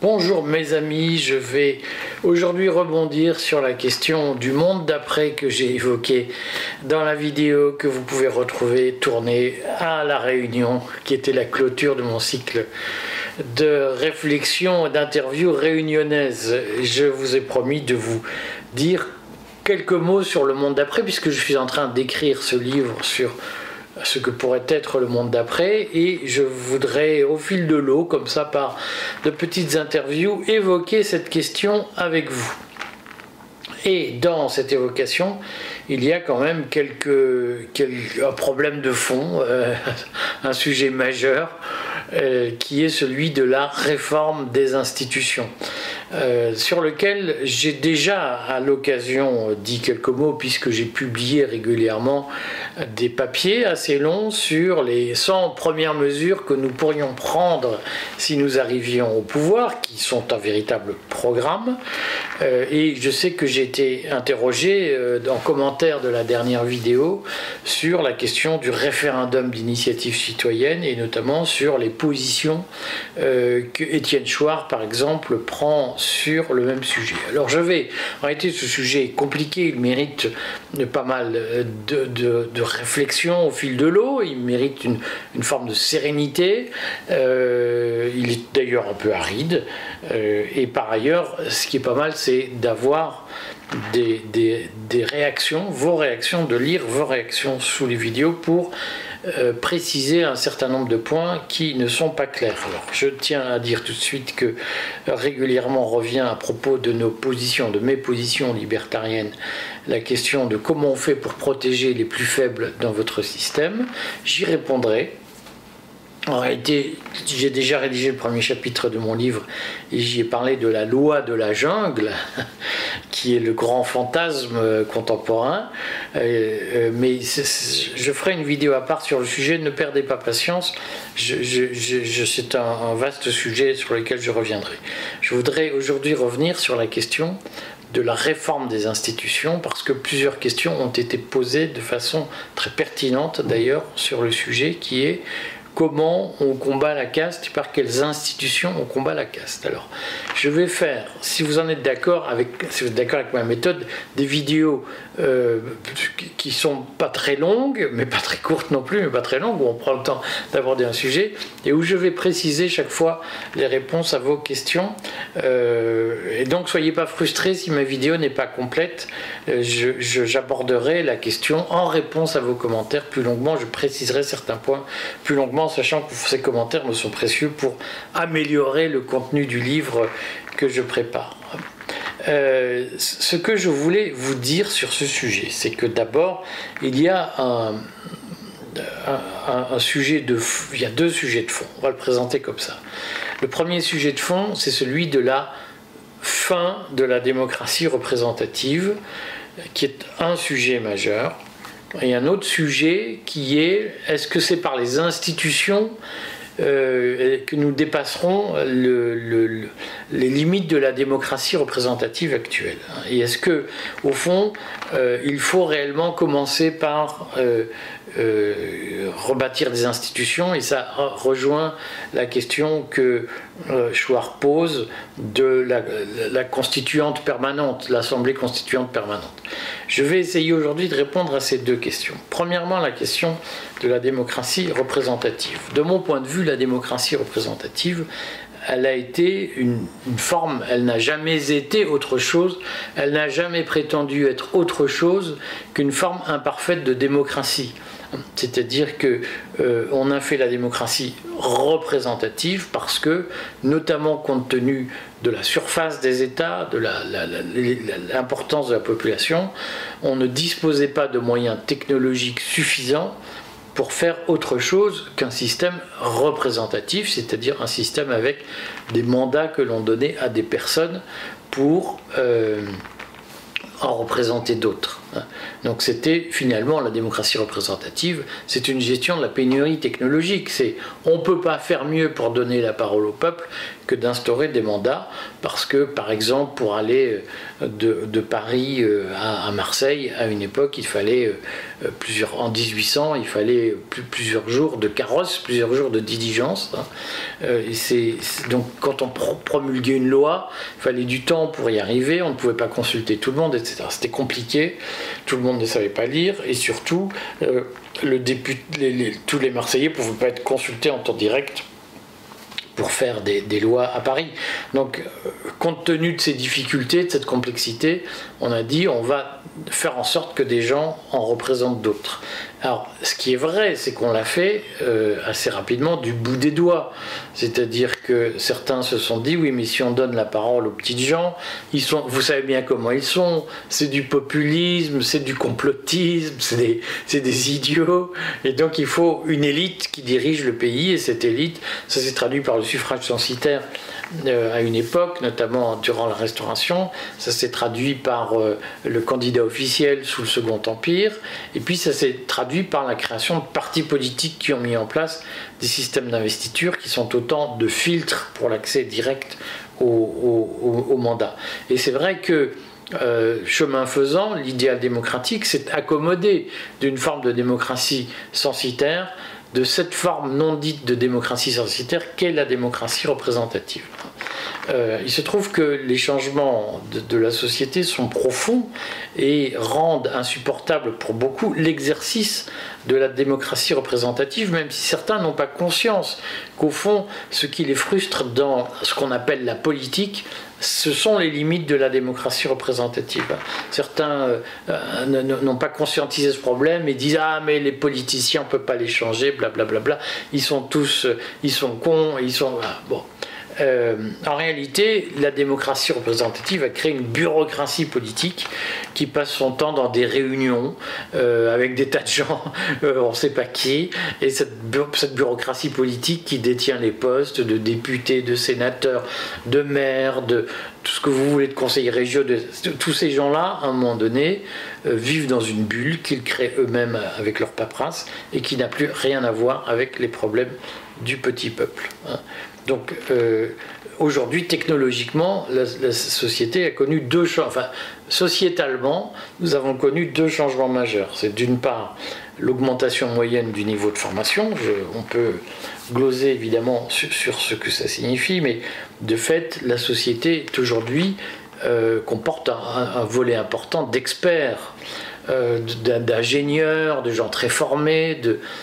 Bonjour mes amis, je vais aujourd'hui rebondir sur la question du monde d'après que j'ai évoqué dans la vidéo que vous pouvez retrouver tournée à La Réunion, qui était la clôture de mon cycle de réflexion et d'interviews réunionnaises. Je vous ai promis de vous dire quelques mots sur le monde d'après, puisque je suis en train d'écrire ce livre sur ce que pourrait être le monde d'après, et je voudrais au fil de l'eau, comme ça par de petites interviews, évoquer cette question avec vous. Et dans cette évocation, il y a quand même un problème de fond, un sujet majeur, qui est celui de la réforme des institutions, sur lequel j'ai déjà à l'occasion dit quelques mots, puisque j'ai publié régulièrement des papiers assez longs sur les 100 premières mesures que nous pourrions prendre si nous arrivions au pouvoir, qui sont un véritable programme. Et je sais que j'ai été interrogé en commentaire de la dernière vidéo sur la question du référendum d'initiative citoyenne, et notamment sur les positions que Étienne Chouard, par exemple, prend sur le même sujet. Alors en réalité, ce sujet est compliqué, il mérite pas mal de réflexion au fil de l'eau, il mérite une forme de sérénité, il est d'ailleurs un peu aride, et par ailleurs, ce qui est pas mal, c'est d'avoir des réactions, vos réactions, de lire vos réactions sous les vidéos pour préciser un certain nombre de points qui ne sont pas clairs. Alors, je tiens à dire tout de suite que régulièrement revient à propos de nos positions, de mes positions libertariennes, la question de comment on fait pour protéger les plus faibles dans votre système. J'y répondrai. En réalité, j'ai déjà rédigé le premier chapitre de mon livre et j'y ai parlé de la loi de la jungle, qui est le grand fantasme contemporain. Mais je ferai une vidéo à part sur le sujet, ne perdez pas patience. C'est un vaste sujet sur lequel je reviendrai. Je voudrais aujourd'hui revenir sur la question de la réforme des institutions, parce que plusieurs questions ont été posées de façon très pertinente d'ailleurs sur le sujet, qui est: comment on combat la caste et par quelles institutions on combat la caste. Alors, je vais faire, si vous êtes d'accord avec ma méthode, des vidéos qui sont pas très longues, mais pas très courtes non plus, mais pas très longues, où on prend le temps d'aborder un sujet, et où je vais préciser chaque fois les réponses à vos questions. Et donc, soyez pas frustrés si ma vidéo n'est pas complète. J'aborderai la question en réponse à vos commentaires plus longuement. Je préciserai certains points plus longuement, sachant que ces commentaires me sont précieux pour améliorer le contenu du livre que je prépare. Ce que je voulais vous dire sur ce sujet, c'est que d'abord, il y a il y a deux sujets de fond. On va le présenter comme ça. Le premier sujet de fond, c'est celui de la fin de la démocratie représentative, qui est un sujet majeur. Et un autre sujet qui est: est-ce que c'est par les institutions que nous dépasserons les limites de la démocratie représentative actuelle? Et est-ce que, au fond, il faut réellement commencer par rebâtir des institutions? Et ça rejoint la question que Chouard pose de la constituante permanente, l'Assemblée constituante permanente. Je vais essayer aujourd'hui de répondre à ces deux questions. Premièrement, la question de la démocratie représentative. De mon point de vue, la démocratie représentative, elle a été une forme, elle n'a jamais été autre chose, elle n'a jamais prétendu être autre chose qu'une forme imparfaite de démocratie. C'est-à-dire qu'on a fait la démocratie représentative parce que, notamment compte tenu de la surface des États, de l'importance de la population, on ne disposait pas de moyens technologiques suffisants pour faire autre chose qu'un système représentatif, c'est-à-dire un système avec des mandats que l'on donnait à des personnes pour en représenter d'autres. Donc c'était finalement la démocratie représentative, c'est une gestion de la pénurie technologique. On ne peut pas faire mieux pour donner la parole au peuple que d'instaurer des mandats, parce que par exemple pour aller de Paris à Marseille, à une époque il fallait en 1800 il fallait plusieurs jours de carrosse, plusieurs jours de diligence. Donc quand on promulguait une loi, il fallait du temps pour y arriver, on ne pouvait pas consulter tout le monde, etc. C'était compliqué, tout le monde ne savait pas lire, et surtout tous les Marseillais ne pouvaient pas être consultés en temps direct pour faire des lois à Paris. Donc, compte tenu de ces difficultés, de cette complexité, on a dit on va faire en sorte que des gens en représentent d'autres. Alors, ce qui est vrai, c'est qu'on l'a fait assez rapidement du bout des doigts. C'est-à-dire que certains se sont dit, oui, mais si on donne la parole aux petites gens, vous savez bien comment ils sont, c'est du populisme, c'est du complotisme, c'est des idiots, et donc il faut une élite qui dirige le pays, et cette élite, ça s'est traduit par le suffrage censitaire à une époque, notamment durant la Restauration, ça s'est traduit par le candidat officiel sous le Second Empire, et puis ça s'est traduit par la création de partis politiques qui ont mis en place des systèmes d'investiture qui sont autant de filtres pour l'accès direct au mandat. Et c'est vrai que chemin faisant, l'idéal démocratique s'est accommodé d'une forme de démocratie censitaire, de cette forme non dite de démocratie censitaire qu'est la démocratie représentative. Il se trouve que les changements de la société sont profonds et rendent insupportable pour beaucoup l'exercice de la démocratie représentative, même si certains n'ont pas conscience qu'au fond, ce qui les frustre dans ce qu'on appelle la politique, ce sont les limites de la démocratie représentative. Certains n'ont pas conscientisé ce problème et disent « Ah, mais les politiciens, on ne peut pas les changer, blablabla. Ils sont cons, ils sont... » Bon. En réalité, la démocratie représentative a créé une bureaucratie politique qui passe son temps dans des réunions avec des tas de gens, on ne sait pas qui, et cette bureaucratie politique qui détient les postes de députés, de sénateurs, de maires, de tout ce que vous voulez, de conseillers régionaux, tous ces gens-là, à un moment donné, vivent dans une bulle qu'ils créent eux-mêmes avec leur paperasse et qui n'a plus rien à voir avec les problèmes du petit peuple. Donc aujourd'hui, technologiquement, la société a connu sociétalement, nous avons connu deux changements majeurs. C'est d'une part l'augmentation moyenne du niveau de formation. On peut gloser évidemment sur ce que ça signifie, mais de fait, la société aujourd'hui comporte un volet important d'experts, d'ingénieurs, de gens très formés,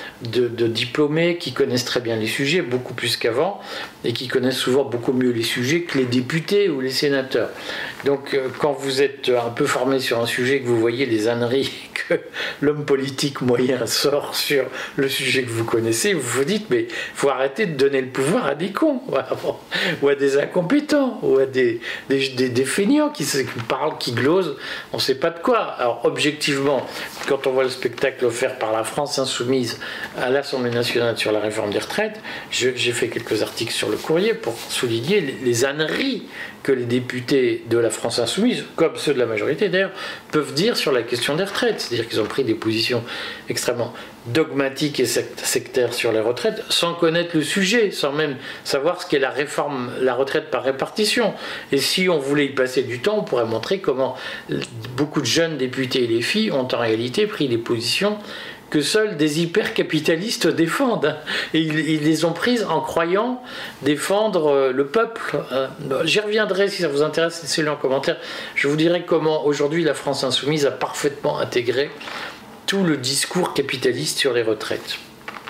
de diplômés qui connaissent très bien les sujets, beaucoup plus qu'avant, et qui connaissent souvent beaucoup mieux les sujets que les députés ou les sénateurs. Donc quand vous êtes un peu formé sur un sujet, que vous voyez les âneries que l'homme politique moyen sort sur le sujet que vous connaissez, vous vous dites mais il faut arrêter de donner le pouvoir à des cons, ou à des incompétents, ou à des feignants qui parlent, qui glosent, on ne sait pas de quoi. Alors objectivement, quand on voit le spectacle offert par la France insoumise à l'Assemblée nationale sur la réforme des retraites, j'ai fait quelques articles sur le Courrier pour souligner les âneries que les députés de la France insoumise, comme ceux de la majorité d'ailleurs, peuvent dire sur la question des retraites. C'est-à-dire qu'ils ont pris des positions extrêmement dogmatiques et sectaires sur les retraites, sans connaître le sujet, sans même savoir ce qu'est la réforme, la retraite par répartition. Et si on voulait y passer du temps, on pourrait montrer comment beaucoup de jeunes députés et les filles ont en réalité pris des positions que seuls des hyper-capitalistes défendent. Et ils les ont prises en croyant défendre le peuple. J'y reviendrai si ça vous intéresse, laissez-le en commentaire. Je vous dirai comment aujourd'hui la France insoumise a parfaitement intégré tout le discours capitaliste sur les retraites.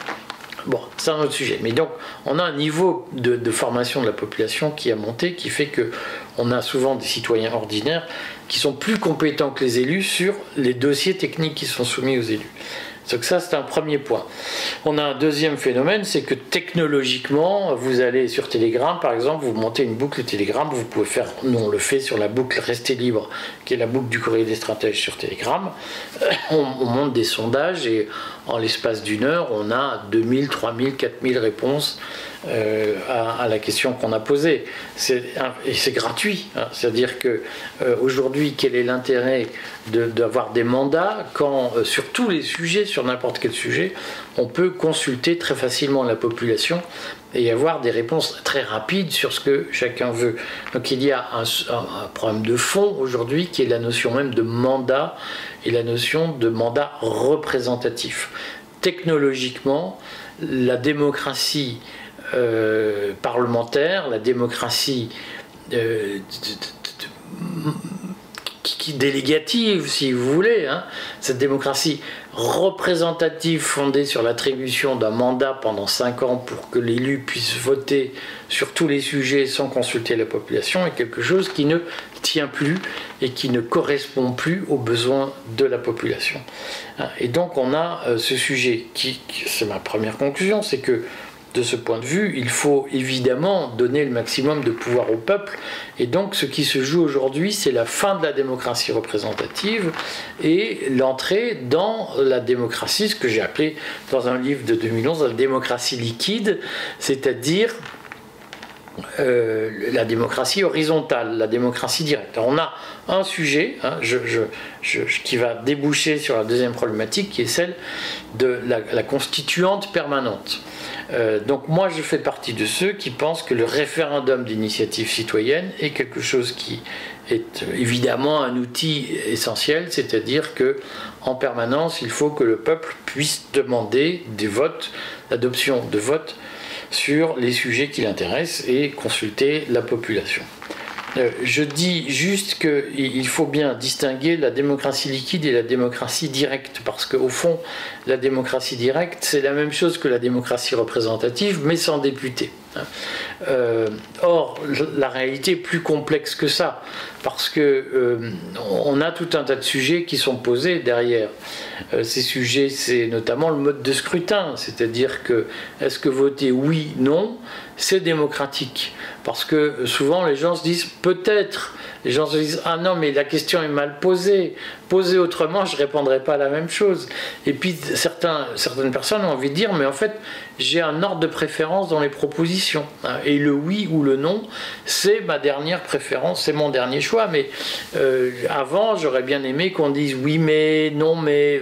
Bon, c'est un autre sujet. Mais donc, on a un niveau de formation de la population qui a monté, qui fait qu'on a souvent des citoyens ordinaires qui sont plus compétents que les élus sur les dossiers techniques qui sont soumis aux élus. Donc ça, c'est un premier point. On a un deuxième phénomène, c'est que technologiquement, vous allez sur Telegram, par exemple, vous montez une boucle Telegram, vous pouvez faire, nous on le fait sur la boucle Restez Libre, qui est la boucle du Courrier des Stratèges sur Telegram. On monte des sondages et en l'espace d'une heure, on a 2000, 3000, 4000 réponses à la question qu'on a posée. Et c'est gratuit, hein. C'est-à-dire que aujourd'hui, quel est l'intérêt d'avoir des mandats quand sur tous les sujets, sur n'importe quel sujet, on peut consulter très facilement la population et avoir des réponses très rapides sur ce que chacun veut. Donc il y a un problème de fond aujourd'hui qui est la notion même de mandat et la notion de mandat représentatif. Technologiquement, la démocratie parlementaire, la démocratie délégative, si vous voulez, hein, cette démocratie représentative fondée sur l'attribution d'un mandat pendant 5 ans pour que l'élu puisse voter sur tous les sujets sans consulter la population est quelque chose qui ne tient plus et qui ne correspond plus aux besoins de la population. Et donc on a ce sujet c'est ma première conclusion, c'est que de ce point de vue, il faut évidemment donner le maximum de pouvoir au peuple. Et donc, ce qui se joue aujourd'hui, c'est la fin de la démocratie représentative et l'entrée dans la démocratie, ce que j'ai appelé dans un livre de 2011, la démocratie liquide, c'est-à-dire la démocratie horizontale, la démocratie directe. Alors, on a un sujet qui va déboucher sur la deuxième problématique, qui est celle de la constituante permanente. Donc moi je fais partie de ceux qui pensent que le référendum d'initiative citoyenne est quelque chose qui est évidemment un outil essentiel, c'est-à-dire que en permanence il faut que le peuple puisse demander des votes, l'adoption de votes sur les sujets qui l'intéressent et consulter la population. Je dis juste qu'il faut bien distinguer la démocratie liquide et la démocratie directe, parce qu'au fond, la démocratie directe, c'est la même chose que la démocratie représentative, mais sans députés. Or, la réalité est plus complexe que ça, parce que on a tout un tas de sujets qui sont posés derrière. Ces sujets, c'est notamment le mode de scrutin, c'est-à-dire que est-ce que voter oui, non, c'est démocratique. Parce que souvent les gens se disent peut-être, les gens se disent ah non mais la question est mal posée, posée autrement je ne répondrai pas à la même chose. Et puis certaines personnes ont envie de dire mais en fait j'ai un ordre de préférence dans les propositions, et le oui ou le non c'est ma dernière préférence, c'est mon dernier choix, mais avant j'aurais bien aimé qu'on dise oui mais, non mais.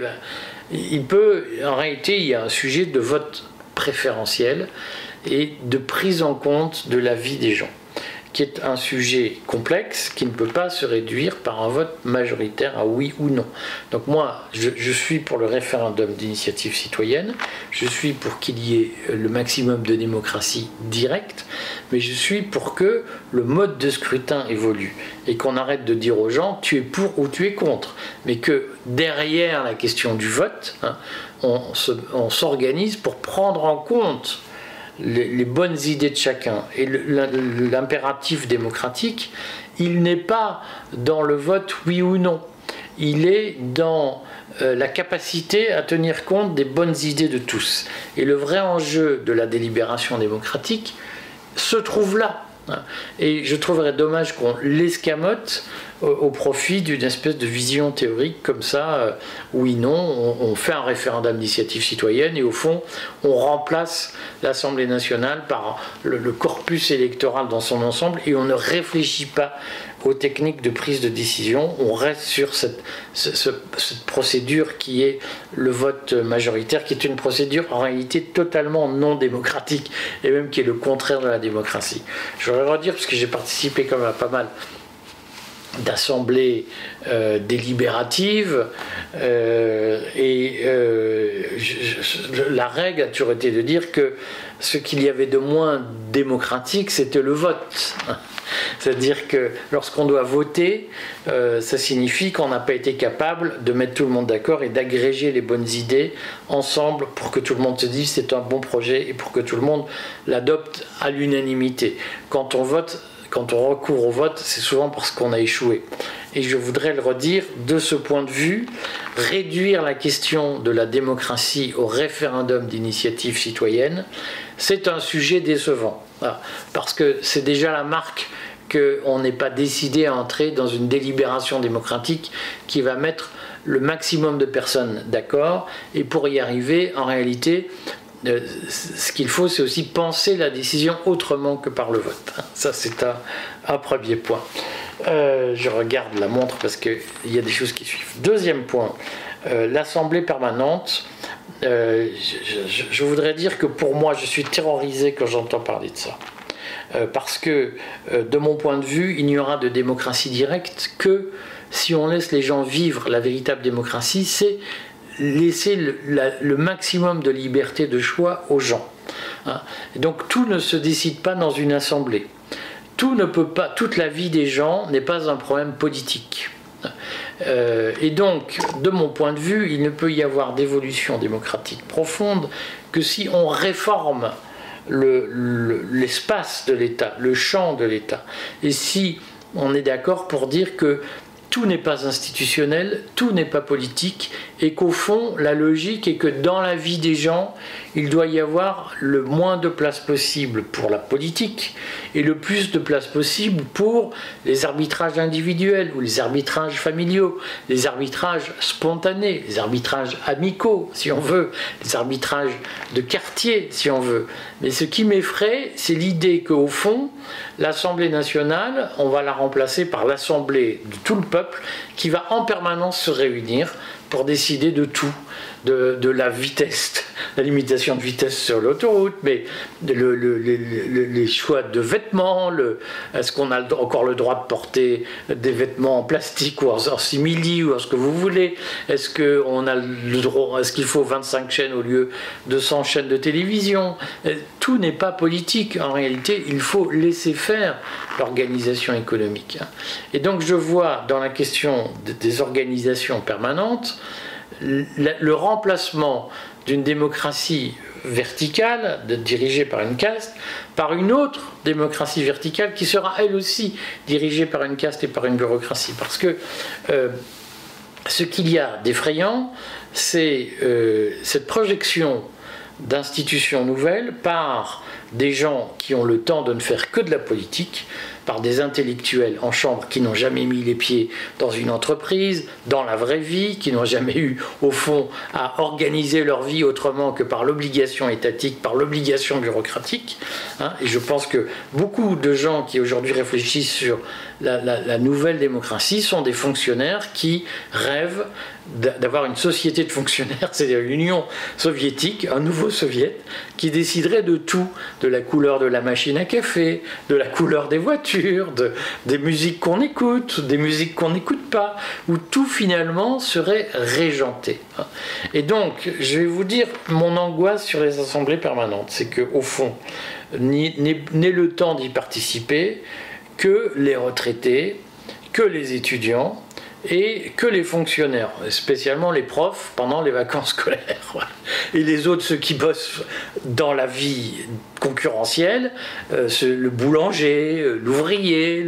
En réalité il y a un sujet de vote préférentiel et de prise en compte de la vie des gens, qui est un sujet complexe qui ne peut pas se réduire par un vote majoritaire à oui ou non. Donc moi, je suis pour le référendum d'initiative citoyenne, je suis pour qu'il y ait le maximum de démocratie directe, mais je suis pour que le mode de scrutin évolue et qu'on arrête de dire aux gens tu es pour ou tu es contre, mais que derrière la question du vote, on s'organise pour prendre en compte les bonnes idées de chacun. Et l'impératif démocratique, il n'est pas dans le vote oui ou non. Il est dans la capacité à tenir compte des bonnes idées de tous. Et le vrai enjeu de la délibération démocratique se trouve là. Et je trouverais dommage qu'on l'escamote au profit d'une espèce de vision théorique comme ça, oui, non, on fait un référendum d'initiative citoyenne et au fond, on remplace l'Assemblée nationale par le corpus électoral dans son ensemble et on ne réfléchit pas aux techniques de prise de décision, on reste sur cette procédure qui est le vote majoritaire, qui est une procédure en réalité totalement non démocratique et même qui est le contraire de la démocratie. Je voudrais redire, parce que j'ai participé quand même à pas mal d'assemblées délibératives la règle a toujours été de dire que ce qu'il y avait de moins démocratique c'était le vote. C'est-à-dire que lorsqu'on doit voter, ça signifie qu'on n'a pas été capable de mettre tout le monde d'accord et d'agréger les bonnes idées ensemble pour que tout le monde se dise c'est un bon projet et pour que tout le monde l'adopte à l'unanimité. Quand on vote, quand on recourt au vote, c'est souvent parce qu'on a échoué. Et je voudrais le redire, de ce point de vue, réduire la question de la démocratie au référendum d'initiative citoyenne, c'est un sujet décevant. Voilà. Parce que c'est déjà la marque qu'on n'ait pas décidé à entrer dans une délibération démocratique qui va mettre le maximum de personnes d'accord. Et pour y arriver, en réalité, ce qu'il faut, c'est aussi penser la décision autrement que par le vote. Ça, c'est un premier point. Je regarde la montre parce qu'il y a des choses qui suivent. Deuxième point, l'Assemblée permanente. Je voudrais dire que pour moi, je suis terrorisé quand j'entends parler de ça. Parce que, de mon point de vue, il n'y aura de démocratie directe que si on laisse les gens vivre la véritable démocratie, c'est laisser le maximum de liberté de choix aux gens. Et donc tout ne se décide pas dans une assemblée. Toute la vie des gens n'est pas un problème politique. Et donc, de mon point de vue, il ne peut y avoir d'évolution démocratique profonde que si on réforme l'espace de l'État, le champ de l'État. Et si on est d'accord pour dire que tout n'est pas institutionnel, tout n'est pas politique, et qu'au fond, la logique est que dans la vie des gens, il doit y avoir le moins de place possible pour la politique et le plus de place possible pour les arbitrages individuels ou les arbitrages familiaux, les arbitrages spontanés, les arbitrages amicaux, si on veut, les arbitrages de quartier, si on veut. Mais ce qui m'effraie, c'est l'idée qu'au fond, l'Assemblée nationale, on va la remplacer par l'Assemblée de tout le peuple qui va en permanence se réunir pour décider de tout, de la vitesse, la limitation de vitesse sur l'autoroute, mais les choix de vêtements, est-ce qu'on a encore le droit de porter des vêtements en plastique ou en simili ou en ce que vous voulez, est-ce qu'il faut 25 chaînes au lieu de 100 chaînes de télévision. Tout n'est pas politique, en réalité, il faut laisser faire l'organisation économique. Et donc je vois dans la question des organisations permanentes le remplacement d'une démocratie verticale, dirigée par une caste, par une autre démocratie verticale qui sera elle aussi dirigée par une caste et par une bureaucratie. Parce que ce qu'il y a d'effrayant, c'est cette projection d'institutions nouvelles par des gens qui ont le temps de ne faire que de la politique, par des intellectuels en chambre qui n'ont jamais mis les pieds dans une entreprise, dans la vraie vie, qui n'ont jamais eu, au fond, à organiser leur vie autrement que par l'obligation étatique, par l'obligation bureaucratique. Et je pense que beaucoup de gens qui aujourd'hui réfléchissent sur la nouvelle démocratie sont des fonctionnaires qui rêvent d'avoir une société de fonctionnaires, c'est-à-dire l'Union soviétique, un nouveau soviet, qui déciderait de tout, de la couleur de la machine à café, de la couleur des voitures, des musiques qu'on écoute, des musiques qu'on n'écoute pas, où tout finalement serait régenté. Et donc, je vais vous dire mon angoisse sur les assemblées permanentes, c'est qu'au fond, n'est le temps d'y participer que les retraités, que les étudiants, et que les fonctionnaires, spécialement les profs pendant les vacances scolaires. Et les autres, ceux qui bossent dans la vie concurrentielle, le boulanger, l'ouvrier,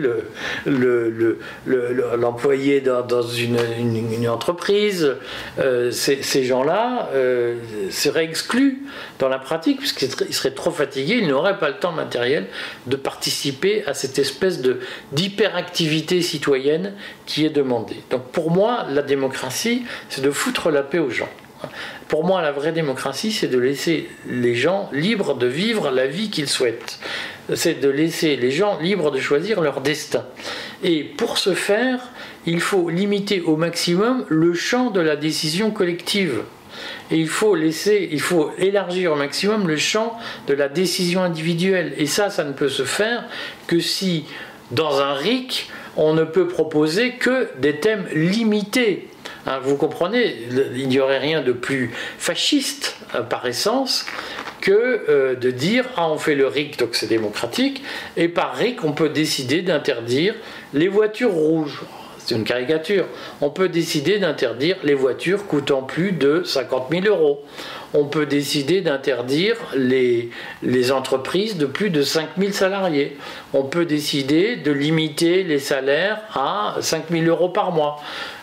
l'employé dans une entreprise, ces gens-là seraient exclus dans la pratique, puisqu'ils seraient trop fatigués, ils n'auraient pas le temps matériel de participer à cette espèce d'hyperactivité citoyenne qui est demandée. Donc pour moi, la démocratie, c'est de foutre la paix aux gens. Pour moi, la vraie démocratie, c'est de laisser les gens libres de vivre la vie qu'ils souhaitent. C'est de laisser les gens libres de choisir leur destin. Et pour ce faire, il faut limiter au maximum le champ de la décision collective. Et il faut élargir au maximum le champ de la décision individuelle. Et ça ne peut se faire que si, dans un RIC, on ne peut proposer que des thèmes limités. Vous comprenez, il n'y aurait rien de plus fasciste, par essence, que de dire « Ah, on fait le RIC, donc c'est démocratique, et par RIC, on peut décider d'interdire les voitures rouges. » C'est une caricature. On peut décider d'interdire les voitures coûtant plus de 50 000 €. On peut décider d'interdire les entreprises de plus de 5 000 salariés. On peut décider de limiter les salaires à 5 000 € par mois.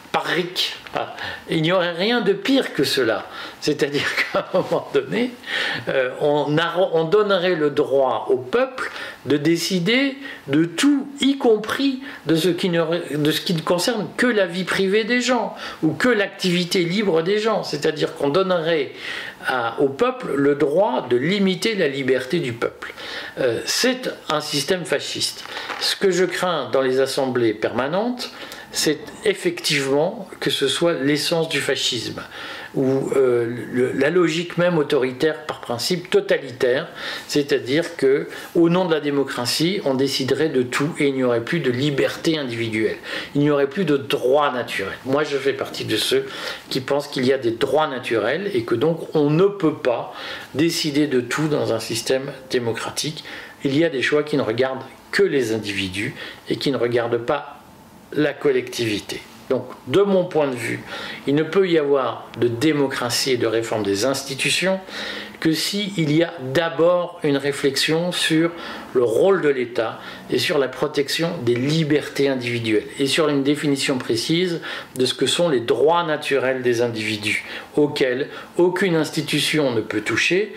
par Rick. Il n'y aurait rien de pire que cela. C'est-à-dire qu'à un moment donné, on donnerait le droit au peuple de décider de tout, y compris de ce qui ne concerne que la vie privée des gens ou que l'activité libre des gens. C'est-à-dire qu'on donnerait au peuple le droit de limiter la liberté du peuple. C'est un système fasciste. Ce que je crains dans les assemblées permanentes, c'est effectivement que ce soit l'essence du fascisme, ou la logique même autoritaire par principe totalitaire, c'est-à-dire que au nom de la démocratie, on déciderait de tout et il n'y aurait plus de liberté individuelle, il n'y aurait plus de droits naturels. Moi, je fais partie de ceux qui pensent qu'il y a des droits naturels et que donc on ne peut pas décider de tout dans un système démocratique. Il y a des choix qui ne regardent que les individus et qui ne regardent pas la collectivité. Donc, de mon point de vue, il ne peut y avoir de démocratie et de réforme des institutions que s'il y a d'abord une réflexion sur le rôle de l'État et sur la protection des libertés individuelles et sur une définition précise de ce que sont les droits naturels des individus auxquels aucune institution ne peut toucher,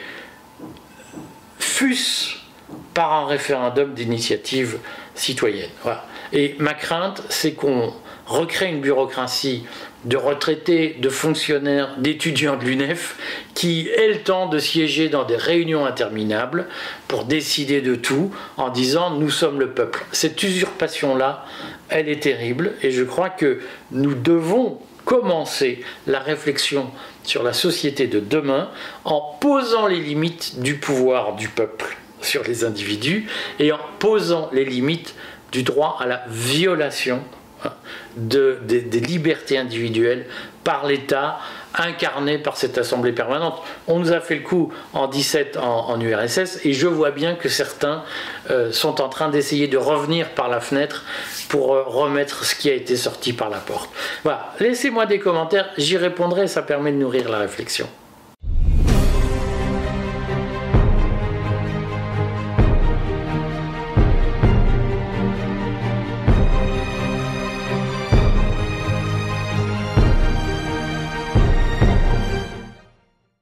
fût-ce par un référendum d'initiative citoyenne. Voilà. Et ma crainte, c'est qu'on recrée une bureaucratie de retraités, de fonctionnaires, d'étudiants de l'UNEF qui aient le temps de siéger dans des réunions interminables pour décider de tout en disant « nous sommes le peuple ». Cette usurpation-là, elle est terrible et je crois que nous devons commencer la réflexion sur la société de demain en posant les limites du pouvoir du peuple sur les individus et en posant les limites du droit à la violation des libertés individuelles par l'État incarné par cette assemblée permanente. On nous a fait le coup en 17 en URSS et je vois bien que certains sont en train d'essayer de revenir par la fenêtre pour remettre ce qui a été sorti par la porte. Voilà, laissez-moi des commentaires, j'y répondrai, ça permet de nourrir la réflexion.